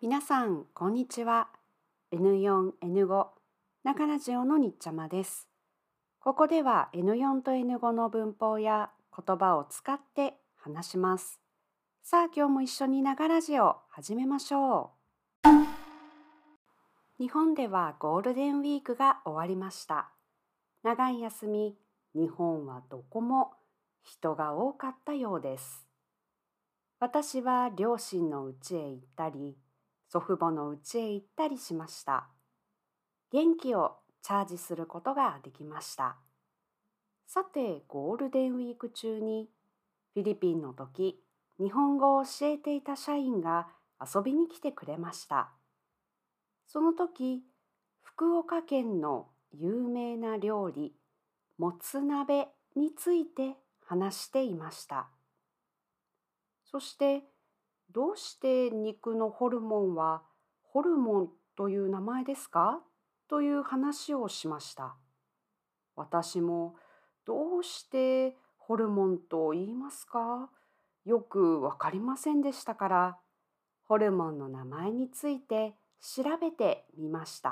皆さん、こんにちは。N4、N5、中ラジオのにっちゃまです。ここでは N4 と N5 の文法や言葉を使って話します。さあ、今日も一緒にながラジオ始めましょう。日本ではゴールデンウィークが終わりました。長い休み、日本はどこも人が多かったようです。私は両親の家へ行ったり、祖父母の家へ行ったりしました。元気をチャージすることができました。さて、ゴールデンウィーク中にフィリピンの時、日本語を教えていた社員が遊びに来てくれました。その時、福岡県の有名な料理、もつ鍋について話していました。そして、どうして肉のホルモンはホルモンという名前ですかという話をしました。私もどうしてホルモンと言いますかよくわかりませんでしたから、ホルモンの名前について調べてみました。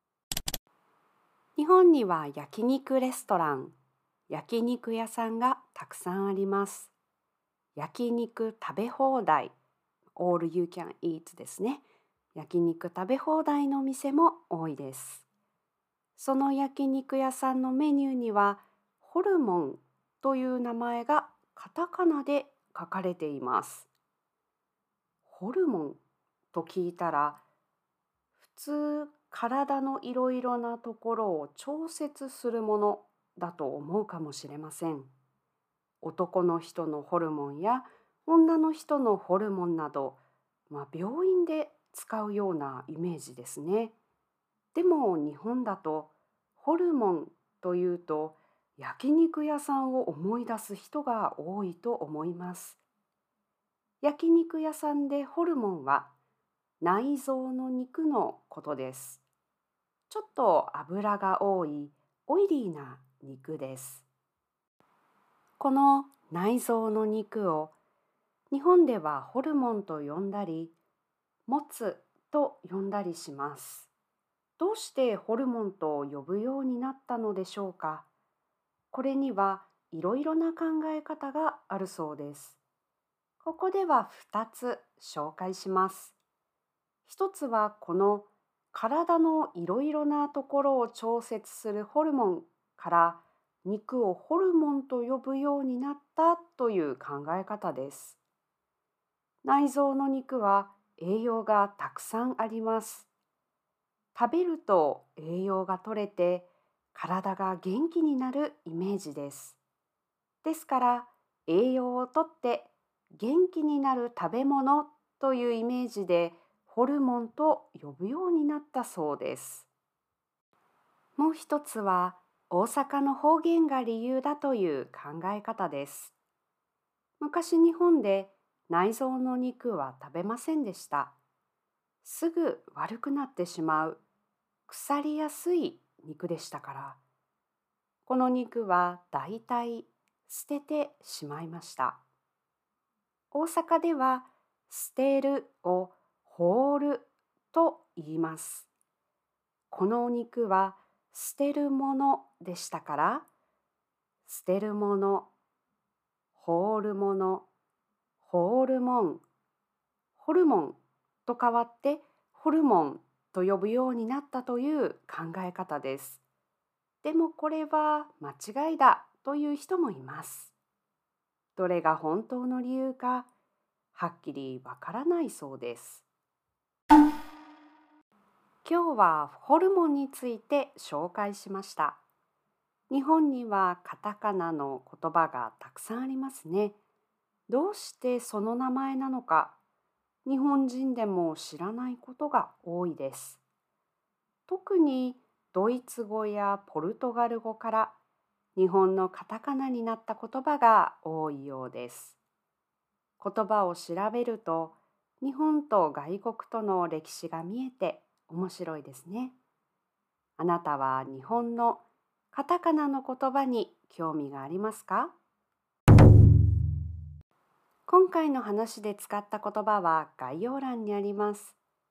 日本には焼肉レストラン、焼肉屋さんがたくさんあります。焼肉食べ放題、All You Can Eat ですね。焼肉食べ放題の店も多いです。その焼肉屋さんのメニューには、ホルモンという名前がカタカナで書かれています。ホルモンと聞いたら、普通体のいろいろなところを調節するものだと思うかもしれません。男の人のホルモンや女の人のホルモンなど、病院で使うようなイメージですね。でも日本だとホルモンというと焼肉屋さんを思い出す人が多いと思います。焼肉屋さんでホルモンは内臓の肉のことです。ちょっと脂が多いオイリーな肉です。この内臓の肉を日本ではホルモンと呼んだり、もつと呼んだりします。どうしてホルモンと呼ぶようになったのでしょうか。これにはいろいろな考え方があるそうです。ここでは2つ紹介します。一つはこの体のいろいろなところを調節するホルモンから肉をホルモンと呼ぶようになったという考え方です。内臓の肉は栄養がたくさんあります。食べると栄養が取れて体が元気になるイメージです。ですから栄養をとって元気になる食べ物というイメージでホルモンと呼ぶようになったそうです。もう一つは大阪の方言が理由だという考え方です。昔日本で内臓の肉は食べませんでした。すぐ悪くなってしまう腐りやすい肉でしたから、この肉はだいたい捨ててしまいました。大阪では捨てるを放ると言います。このお肉は捨てるものでしたから、捨てるもの、放るもの、ホルモン、ホルモンと変わってホルモンと呼ぶようになったという考え方です。でもこれは間違いだという人もいます。どれが本当の理由かはっきりわからないそうです。今日はホルモンについて紹介しました。日本にはカタカナの言葉がたくさんありますね。どうしてその名前なのか、日本人でも知らないことが多いです。特にドイツ語やポルトガル語から日本のカタカナになった言葉が多いようです。言葉を調べると日本と外国との歴史が見えて面白いですね。あなたは日本のカタカナの言葉に興味がありますか？今回の話で使った言葉は概要欄にあります。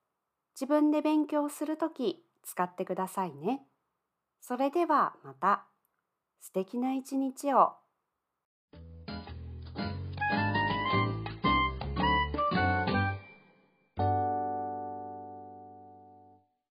自分で勉強するとき使ってくださいね。それではまた。素敵な一日を。